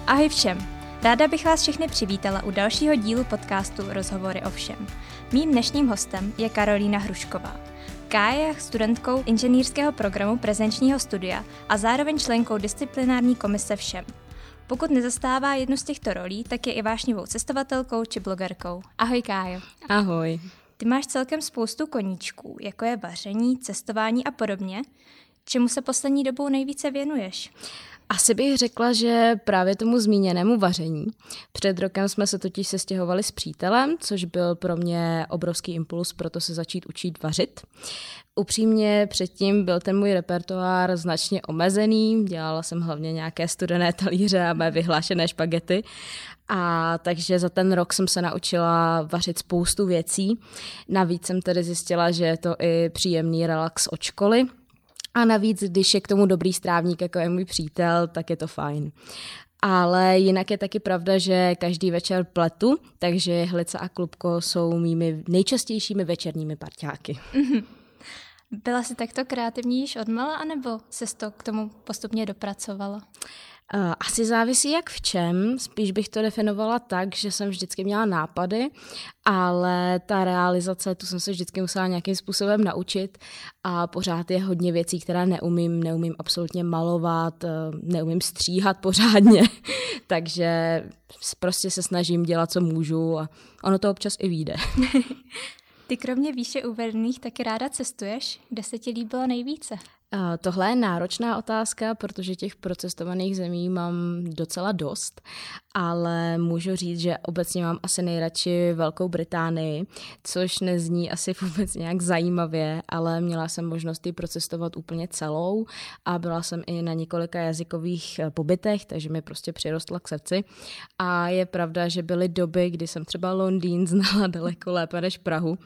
Ahoj všem! Ráda bych vás všechny přivítala u dalšího dílu podcastu Rozhovory o všem. Mým dnešním hostem je Karolína Hrušková. Kája je studentkou inženýrského programu prezenčního studia a zároveň členkou disciplinární komise Všem. Pokud nezastává jednu z těchto rolí, tak je i vášnivou cestovatelkou či blogerkou. Ahoj Kájo. Ahoj. Ty máš celkem spoustu koníčků, jako je vaření, cestování a podobně. Čemu se poslední dobou nejvíce věnuješ? Asi bych řekla, že právě tomu zmíněnému vaření. Před rokem jsme se totiž sestěhovali s přítelem, což byl pro mě obrovský impuls pro to se začít učit vařit. Upřímně předtím byl ten můj repertoár značně omezený, dělala jsem hlavně nějaké studené talíře a mé vyhlášené špagety. A takže za ten rok jsem se naučila vařit spoustu věcí. Navíc jsem tedy zjistila, že je to i příjemný relax od školy. A navíc, když je k tomu dobrý strávník, jako je můj přítel, tak je to fajn. Ale jinak je taky pravda, že každý večer pletu, takže Jehlice a Klubko jsou mými nejčastějšími večerními parťáky. Byla jsi takto kreativní již odmala, anebo ses to k tomu postupně dopracovala? Asi závisí jak v čem, spíš bych to definovala tak, že jsem vždycky měla nápady, ale ta realizace, tu jsem se vždycky musela nějakým způsobem naučit a pořád je hodně věcí, které neumím absolutně malovat, neumím stříhat pořádně, takže prostě se snažím dělat, co můžu a ono to občas i vyjde. Ty kromě výše uvedených taky ráda cestuješ? Kde se ti líbilo nejvíce? Tohle je náročná otázka, protože těch procestovaných zemí mám docela dost, ale můžu říct, že obecně mám asi nejradši Velkou Británii, což nezní asi vůbec nějak zajímavě, ale měla jsem možnost ji procestovat úplně celou a byla jsem i na několika jazykových pobytech, takže mi prostě přirostla k srdci. A je pravda, že byly doby, kdy jsem třeba Londýn znala daleko lépe než Prahu.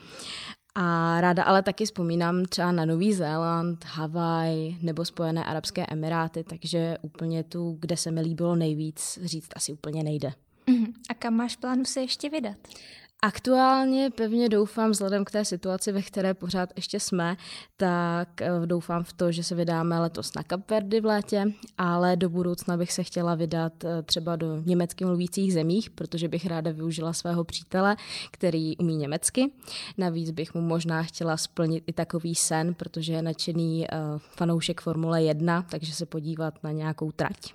A ráda ale taky vzpomínám třeba na Nový Zéland, Havaj nebo Spojené arabské emiráty, takže úplně tu, kde se mi líbilo nejvíc, říct asi úplně nejde. A kam máš plánu se ještě vydat? Aktuálně pevně doufám, vzhledem k té situaci, ve které pořád ještě jsme, tak doufám v to, že se vydáme letos na Kapverdy v létě, ale do budoucna bych se chtěla vydat třeba do německy mluvících zemích, protože bych ráda využila svého přítele, který umí německy. Navíc bych mu možná chtěla splnit i takový sen, protože je nadšený fanoušek Formule 1, takže se podívat na nějakou trať.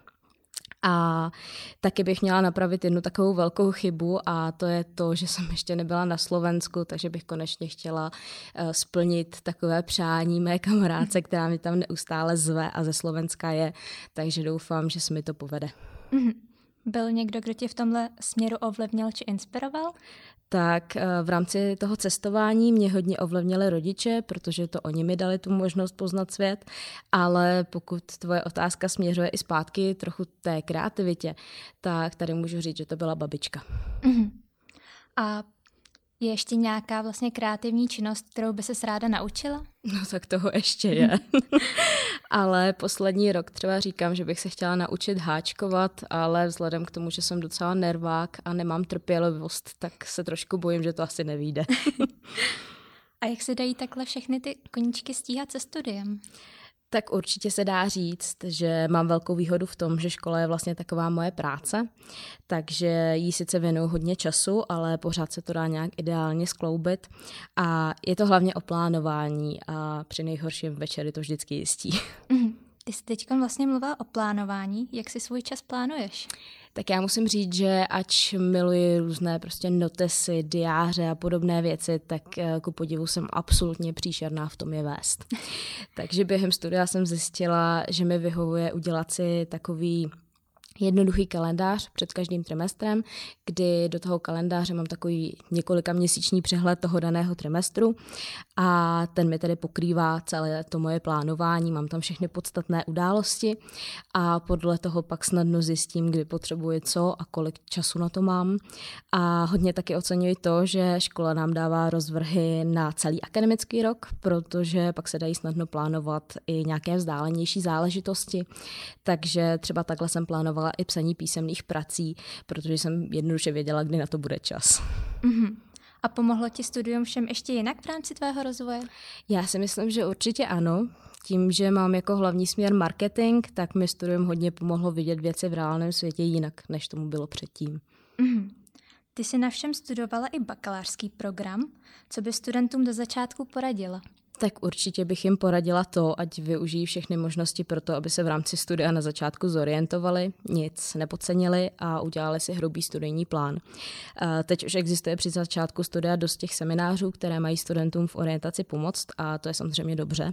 A taky bych měla napravit jednu takovou velkou chybu a to je to, že jsem ještě nebyla na Slovensku, takže bych konečně chtěla splnit takové přání mé kamarádce, která mi tam neustále zve a ze Slovenska je, takže doufám, že se mi to povede. Byl někdo, kdo tě v tomhle směru ovlivnil či inspiroval? Tak v rámci toho cestování mě hodně ovlivnili rodiče, protože to oni mi dali tu možnost poznat svět, ale pokud tvoje otázka směřuje i zpátky trochu té kreativitě, tak tady můžu říct, že to byla babička. A je ještě nějaká vlastně kreativní činnost, kterou by ses ráda naučila? No tak toho ještě je. Ale poslední rok třeba říkám, že bych se chtěla naučit háčkovat, ale vzhledem k tomu, že jsem docela nervák a nemám trpělivost, tak se trošku bojím, že to asi nevyjde. A jak se dají takhle všechny ty koníčky stíhat se studiem? Tak určitě se dá říct, že mám velkou výhodu v tom, že škola je vlastně taková moje práce, takže jí sice věnuju hodně času, ale pořád se to dá nějak ideálně skloubit a je to hlavně o plánování a při nejhorším večery to vždycky jistí. Ty jsi teď vlastně mluvila o plánování, jak si svůj čas plánuješ? Tak já musím říct, že ač miluji různé prostě notesy, diáře a podobné věci, tak ku podivu jsem absolutně příšerná v tom je vést. Takže během studia jsem zjistila, že mi vyhovuje udělat si takový jednoduchý kalendář před každým trimestrem, kdy do toho kalendáře mám takový několikaměsíční přehled toho daného trimestru a ten mi tedy pokrývá celé to moje plánování, mám tam všechny podstatné události a podle toho pak snadno zjistím, kdy potřebuji co a kolik času na to mám. A hodně taky oceňuji to, že škola nám dává rozvrhy na celý akademický rok, protože pak se dají snadno plánovat i nějaké vzdálenější záležitosti. Takže třeba takhle jsem plánovala i psaní písemných prací, protože jsem jednoduše věděla, kdy na to bude čas. A pomohlo ti studium Všem ještě jinak v rámci tvého rozvoje? Já si myslím, že určitě ano. tím, že mám jako hlavní směr marketing, tak mi studium hodně pomohlo vidět věci v reálném světě jinak, než tomu bylo předtím. Mm-hmm. Ty jsi na všem studovala i bakalářský program. Co by studentům do začátku poradila? Tak určitě bych jim poradila to, ať využijí všechny možnosti pro to, aby se v rámci studia na začátku zorientovali, nic nepodcenili a udělali si hrubý studijní plán. Teď už existuje při začátku studia dost těch seminářů, které mají studentům v orientaci pomoct a to je samozřejmě dobře.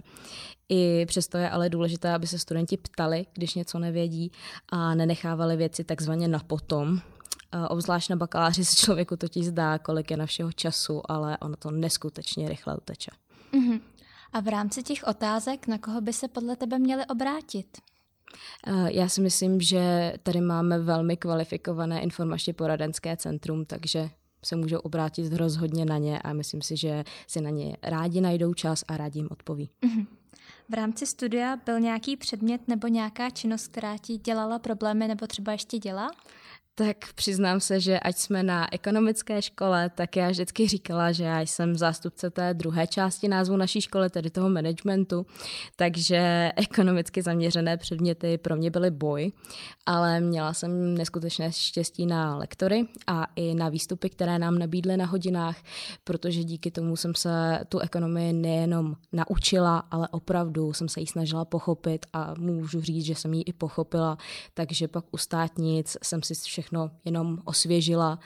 I přesto je ale důležité, aby se studenti ptali, když něco nevědí a nenechávali věci takzvaně na potom. Obzvlášť na bakaláři se člověku totiž zdá, kolik je na všeho času, ale ono to neskutečně rychle uteče. Mm-hmm. A v rámci těch otázek, na koho by se podle tebe měli obrátit? Já si myslím, že tady máme velmi kvalifikované informačně poradenské centrum, takže se můžou obrátit rozhodně na ně a myslím si, že si na ně rádi najdou čas a rádi jim odpoví. Mm-hmm. V rámci studia byl nějaký předmět nebo nějaká činnost, která ti dělala problémy nebo třeba ještě dělá? Tak přiznám se, že ať jsme na ekonomické škole, tak já vždycky říkala, že já jsem zástupce té druhé části názvu naší školy, tedy toho managementu, takže ekonomicky zaměřené předměty pro mě byly boj, ale měla jsem neskutečné štěstí na lektory a i na výstupy, které nám nabídly na hodinách, protože díky tomu jsem se tu ekonomii nejenom naučila, ale opravdu jsem se jí snažila pochopit a můžu říct, že jsem ji i pochopila, takže pak u státnic jsem si všechno jenom osvěžila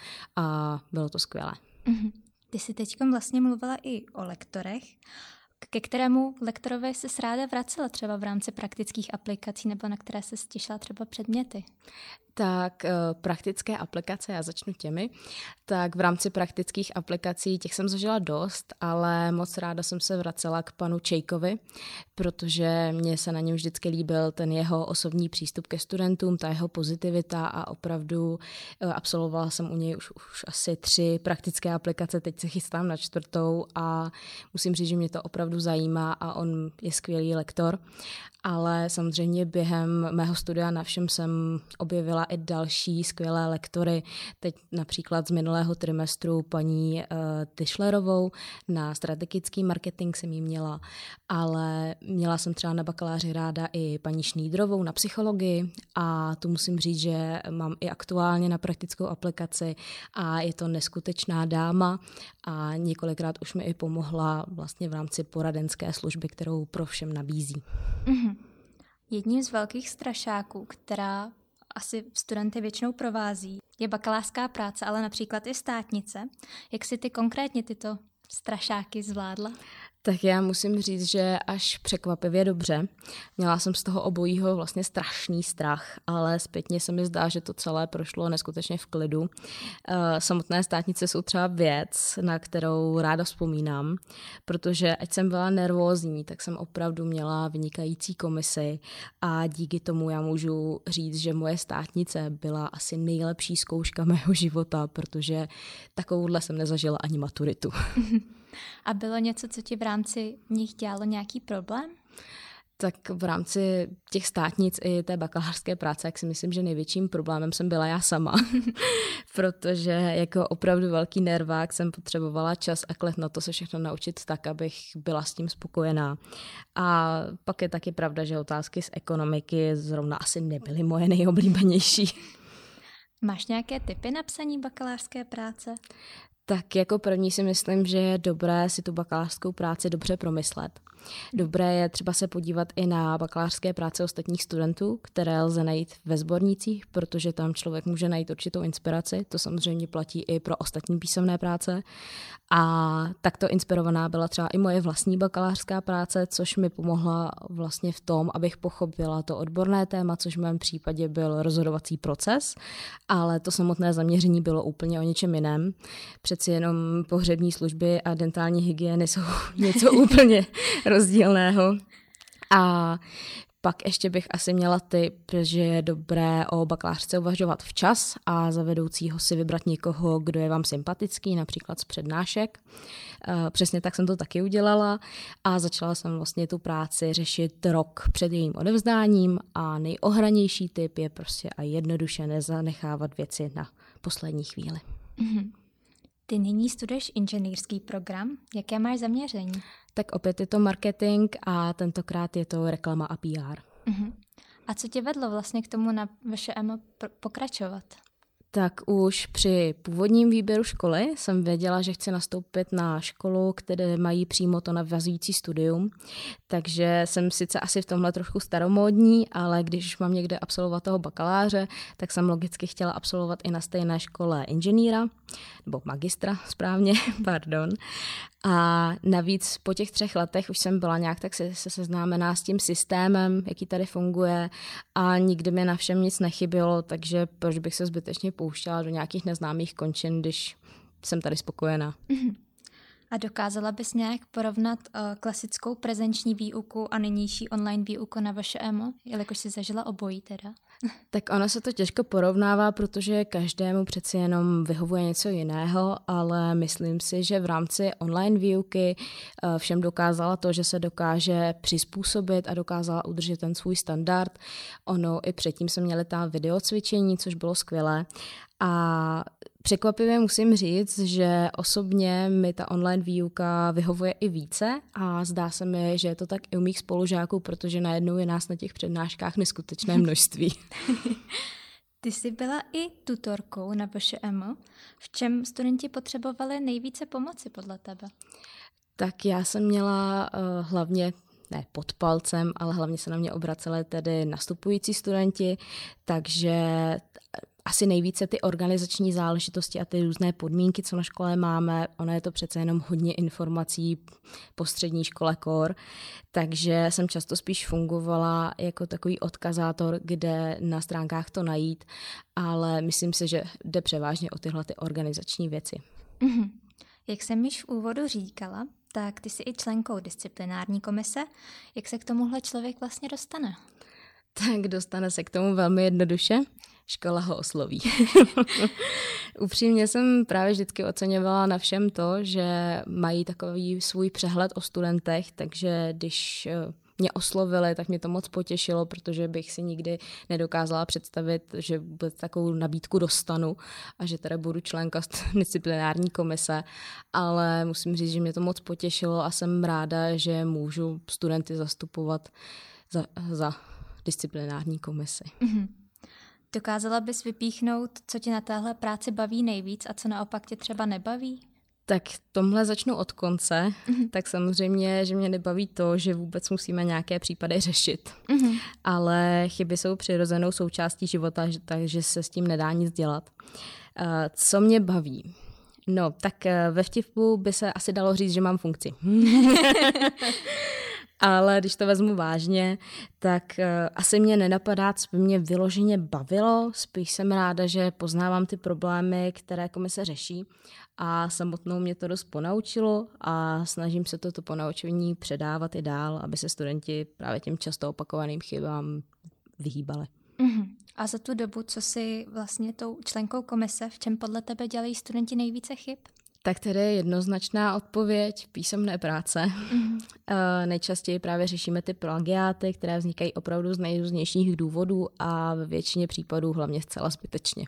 a bylo to skvělé. Mm-hmm. Ty jsi teďkom vlastně mluvila i o lektorech. Ke kterému lektorovi jsi ráda vracela třeba v rámci praktických aplikací nebo na které se těšila třeba předměty? Tak praktické aplikace, já začnu těmi. Tak v rámci praktických aplikací těch jsem zažila dost, ale moc ráda jsem se vracela k panu Čejkovi, protože mně se na něm vždycky líbil ten jeho osobní přístup ke studentům, ta jeho pozitivita a opravdu absolvovala jsem u něj už asi 3 praktické aplikace, teď se chystám na 4. a musím říct, že mě to opravdu zajímá a on je skvělý lektor. Ale samozřejmě během mého studia na všem jsem objevila i další skvělé lektory. Teď například z minulého trimestru paní Tyšlerovou na strategický marketing jsem jí měla, ale měla jsem třeba na bakaláři ráda i paní Šnídrovou na psychologii a tu musím říct, že mám i aktuálně na praktickou aplikaci a je to neskutečná dáma a několikrát už mi i pomohla vlastně v rámci poradenské služby, kterou pro všem nabízí. Mm-hmm. Jedním z velkých strašáků, která asi studenty většinou provází, je bakalářská práce, ale například i státnice. Jak si ty konkrétně tyto strašáky zvládla? Tak já musím říct, že až překvapivě dobře. Měla jsem z toho obojího vlastně strašný strach, ale zpětně se mi zdá, že to celé prošlo neskutečně v klidu. Samotné státnice jsou třeba věc, na kterou ráda vzpomínám, protože ať jsem byla nervózní, tak jsem opravdu měla vynikající komisi a díky tomu já můžu říct, že moje státnice byla asi nejlepší zkouška mého života, protože takovouhle jsem nezažila ani maturitu. A bylo něco, co ti v rámci nich dělalo nějaký problém? Tak v rámci těch státnic i té bakalářské práce, jak si myslím, že největším problémem jsem byla já sama, protože jako opravdu velký nervák jsem potřebovala čas a klid na to se všechno naučit tak, abych byla s tím spokojená. A pak je taky pravda, že otázky z ekonomiky zrovna asi nebyly moje nejoblíbenější. Máš nějaké tipy na psaní bakalářské práce? Tak jako první si myslím, že je dobré si tu bakalářskou práci dobře promyslet. Dobré je třeba se podívat i na bakalářské práce ostatních studentů, které lze najít ve sbornících, protože tam člověk může najít určitou inspiraci. To samozřejmě platí i pro ostatní písemné práce. A takto inspirovaná byla třeba i moje vlastní bakalářská práce, což mi pomohla vlastně v tom, abych pochopila to odborné téma, což v mém případě byl rozhodovací proces, ale to samotné zaměření bylo úplně o něčem jiném. Přeci jenom pohřební služby a dentální hygieny jsou něco úplně rozdílného. A pak ještě bych asi měla tip, že je dobré o bakalářce uvažovat včas a za vedoucího si vybrat někoho, kdo je vám sympatický, například z přednášek. Přesně tak jsem to taky udělala a začala jsem vlastně tu práci řešit rok před jejím odevzdáním a nejohranější tip je prostě a jednoduše nezanechávat věci na poslední chvíli. Mm-hmm. Ty nyní studuješ inženýrský program. Jaké máš zaměření? Tak opět je to marketing a tentokrát je to reklama a PR. A co tě vedlo vlastně k tomu na VŠM pokračovat? Tak už při původním výběru školy jsem věděla, že chci nastoupit na školu, které mají přímo to navazující studium. Takže jsem sice asi v tomhle trošku staromódní, ale když mám někde absolvovat toho bakaláře, tak jsem logicky chtěla absolvovat i na stejné škole inženýra, nebo magistra správně, pardon. A navíc po těch 3 letech už jsem byla nějak tak se seznámená s tím systémem, jaký tady funguje a nikdy mi na všem nic nechybělo, takže proč bych se zbytečně pouštěla do nějakých neznámých končin, když jsem tady spokojená. A dokázala bys nějak porovnat klasickou prezenční výuku a nynější online výuku na VŠM, jelikož jsi zažila obojí teda? Tak ono se to těžko porovnává, protože každému přeci jenom vyhovuje něco jiného, ale myslím si, že v rámci online výuky všem dokázala to, že se dokáže přizpůsobit a dokázala udržet ten svůj standard. Ono i předtím jsme měli ta videocvičení, což bylo skvělé. A překvapivě musím říct, že osobně mi ta online výuka vyhovuje i více a zdá se mi, že je to tak i u mých spolužáků, protože najednou je nás na těch přednáškách neskutečné množství. Ty jsi byla i tutorkou na VŠM. V čem studenti potřebovali nejvíce pomoci podle tebe? Tak já jsem měla hlavně ne pod palcem, ale hlavně se na mě obraceli tedy nastupující studenti, takže asi nejvíce ty organizační záležitosti a ty různé podmínky, co na škole máme, ono je to přece jenom hodně informací po střední škole core, takže jsem často spíš fungovala jako takový odkazátor, kde na stránkách to najít, ale myslím si, že jde převážně o tyhle ty organizační věci. Jak jsem již v úvodu říkala, tak ty jsi i členkou disciplinární komise. Jak se k tomuhle člověk vlastně dostane? Tak dostane se k tomu velmi jednoduše. Škola ho osloví. Upřímně jsem právě vždycky oceňovala na všem to, že mají takový svůj přehled o studentech, takže když mě oslovili, tak mě to moc potěšilo, protože bych si nikdy nedokázala představit, že vůbec takovou nabídku dostanu a že teda budu členka disciplinární komise, ale musím říct, že mě to moc potěšilo a jsem ráda, že můžu studenty zastupovat za disciplinární komisi. Dokázala bys vypíchnout, co tě na téhle práci baví nejvíc a co naopak tě třeba nebaví? Tak tomhle začnu od konce. Tak samozřejmě, že mě nebaví to, že vůbec musíme nějaké případy řešit. Ale chyby jsou přirozenou součástí života, takže se s tím nedá nic dělat. Co mě baví? No, tak ve vtipu by se asi dalo říct, že mám funkci. Ale když to vezmu vážně, tak asi mě nenapadá, co by mě vyloženě bavilo. Spíš jsem ráda, že poznávám ty problémy, které komise řeší a samotnou mě to dost ponaučilo a snažím se toto ponaučení předávat i dál, aby se studenti právě těm často opakovaným chybám vyhýbali. A za tu dobu, co jsi vlastně tou členkou komise, v čem podle tebe dělají studenti nejvíce chyb? Tak tedy je jednoznačná odpověď, písemné práce. Nejčastěji právě řešíme ty plagiáty, které vznikají opravdu z nejrůznějších důvodů a ve většině případů hlavně zcela zbytečně.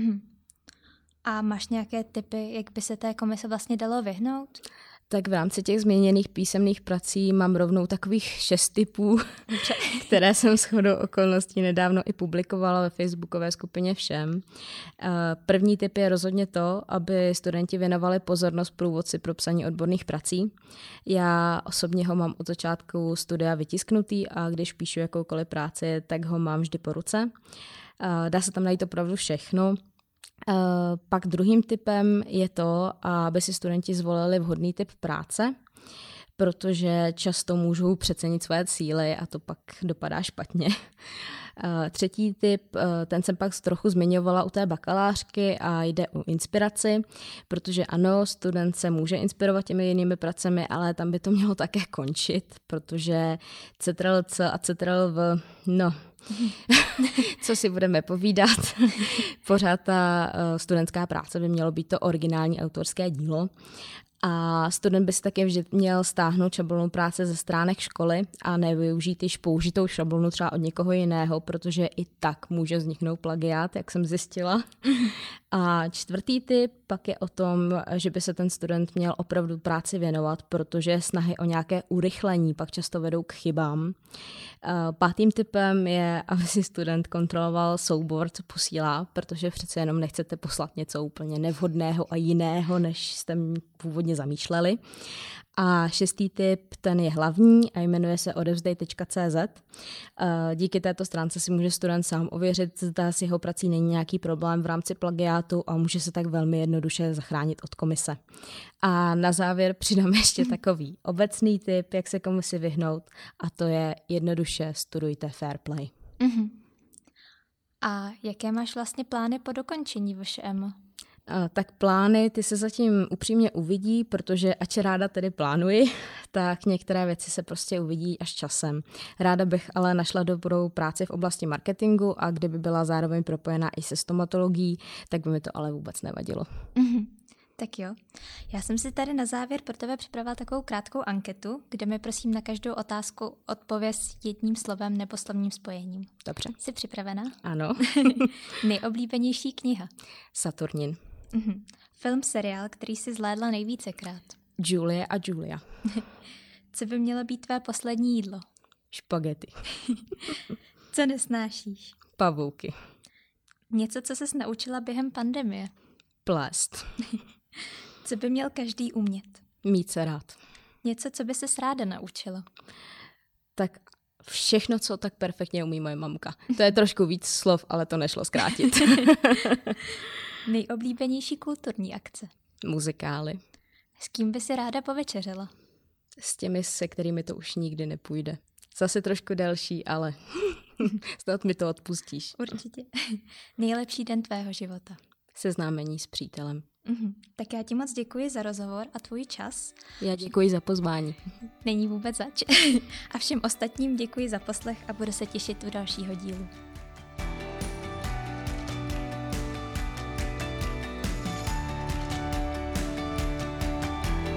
A máš nějaké tipy, jak by se té komise vlastně dalo vyhnout? Tak v rámci těch změněných písemných prací mám rovnou takových 6 tipů, které jsem shodou okolností nedávno i publikovala ve facebookové skupině všem. První tip je rozhodně to, aby studenti věnovali pozornost průvodci pro psaní odborných prací. Já osobně ho mám od začátku studia vytisknutý a když píšu jakoukoliv práci, tak ho mám vždy po ruce. Dá se tam najít opravdu všechno. Pak druhým tipem je to, aby si studenti zvolili vhodný typ práce, protože často můžou přecenit své síly a to pak dopadá špatně. Třetí tip, ten jsem pak trochu zmiňovala u té bakalářky a jde o inspiraci, protože ano, student se může inspirovat těmi jinými pracemi, ale tam by to mělo také končit, protože Ctrl+C a Ctrl+V, no, co si budeme povídat, pořád ta studentská práce by mělo být to originální autorské dílo. A student by si taky vždy měl stáhnout šablonu práce ze stránek školy a nevyužít již použitou šablonu třeba od někoho jiného, protože i tak může vzniknout plagiát, jak jsem zjistila. A čtvrtý tip pak je o tom, že by se ten student měl opravdu práci věnovat, protože snahy o nějaké urychlení pak často vedou k chybám. Pátým tipem je, aby si student kontroloval soubor, co posílá, protože přece jenom nechcete poslat něco úplně nevhodného a jiného, než jste původně zamýšleli. A šestý tip, ten je hlavní a jmenuje se odevzdej.cz. Díky této stránce si může student sám ověřit, zda s jeho prací není nějaký problém v rámci plagiátu a může se tak velmi jednoduše zachránit od komise. A na závěr přidám ještě takový obecný tip, jak se komisi vyhnout, a to je jednoduše studujte fair play. Mm-hmm. A jaké máš vlastně plány po dokončení VŠM? Tak plány, ty se zatím upřímně uvidí, protože ač ráda tedy plánuji, tak některé věci se prostě uvidí až časem. Ráda bych ale našla dobrou práci v oblasti marketingu a kdyby byla zároveň propojená i se stomatologií, tak by mi to ale vůbec nevadilo. Mm-hmm. Tak jo. Já jsem si tady na závěr pro tebe připravila takovou krátkou anketu, kde mi prosím na každou otázku odpověz jedním slovem nebo slovním spojením. Dobře. Jsi připravená? Ano. Nejoblíbenější kniha? Saturnin. Mm-hmm. Film, seriál, který jsi zhlédla nejvícekrát? Julie a Julia. Co by mělo být tvé poslední jídlo? Špagety. Co nesnášíš? Pavouky. Něco, co ses naučila během pandemie? Plést. Co by měl každý umět? Mít se rád. Něco, co by ses ráda naučila? Tak všechno, co tak perfektně umí moje mamka. To je trošku víc slov, ale to nešlo zkrátit. Nejoblíbenější kulturní akce? Muzikály. S kým by si ráda povečeřila? S těmi, se kterými to už nikdy nepůjde. Zase trošku delší, ale snad mi to odpustíš. Určitě. Nejlepší den tvého života? Seznámení s přítelem. Tak já ti moc děkuji za rozhovor a tvůj čas. Já děkuji za pozvání. Není vůbec zač. A všem ostatním děkuji za poslech a budu se těšit u dalšího dílu.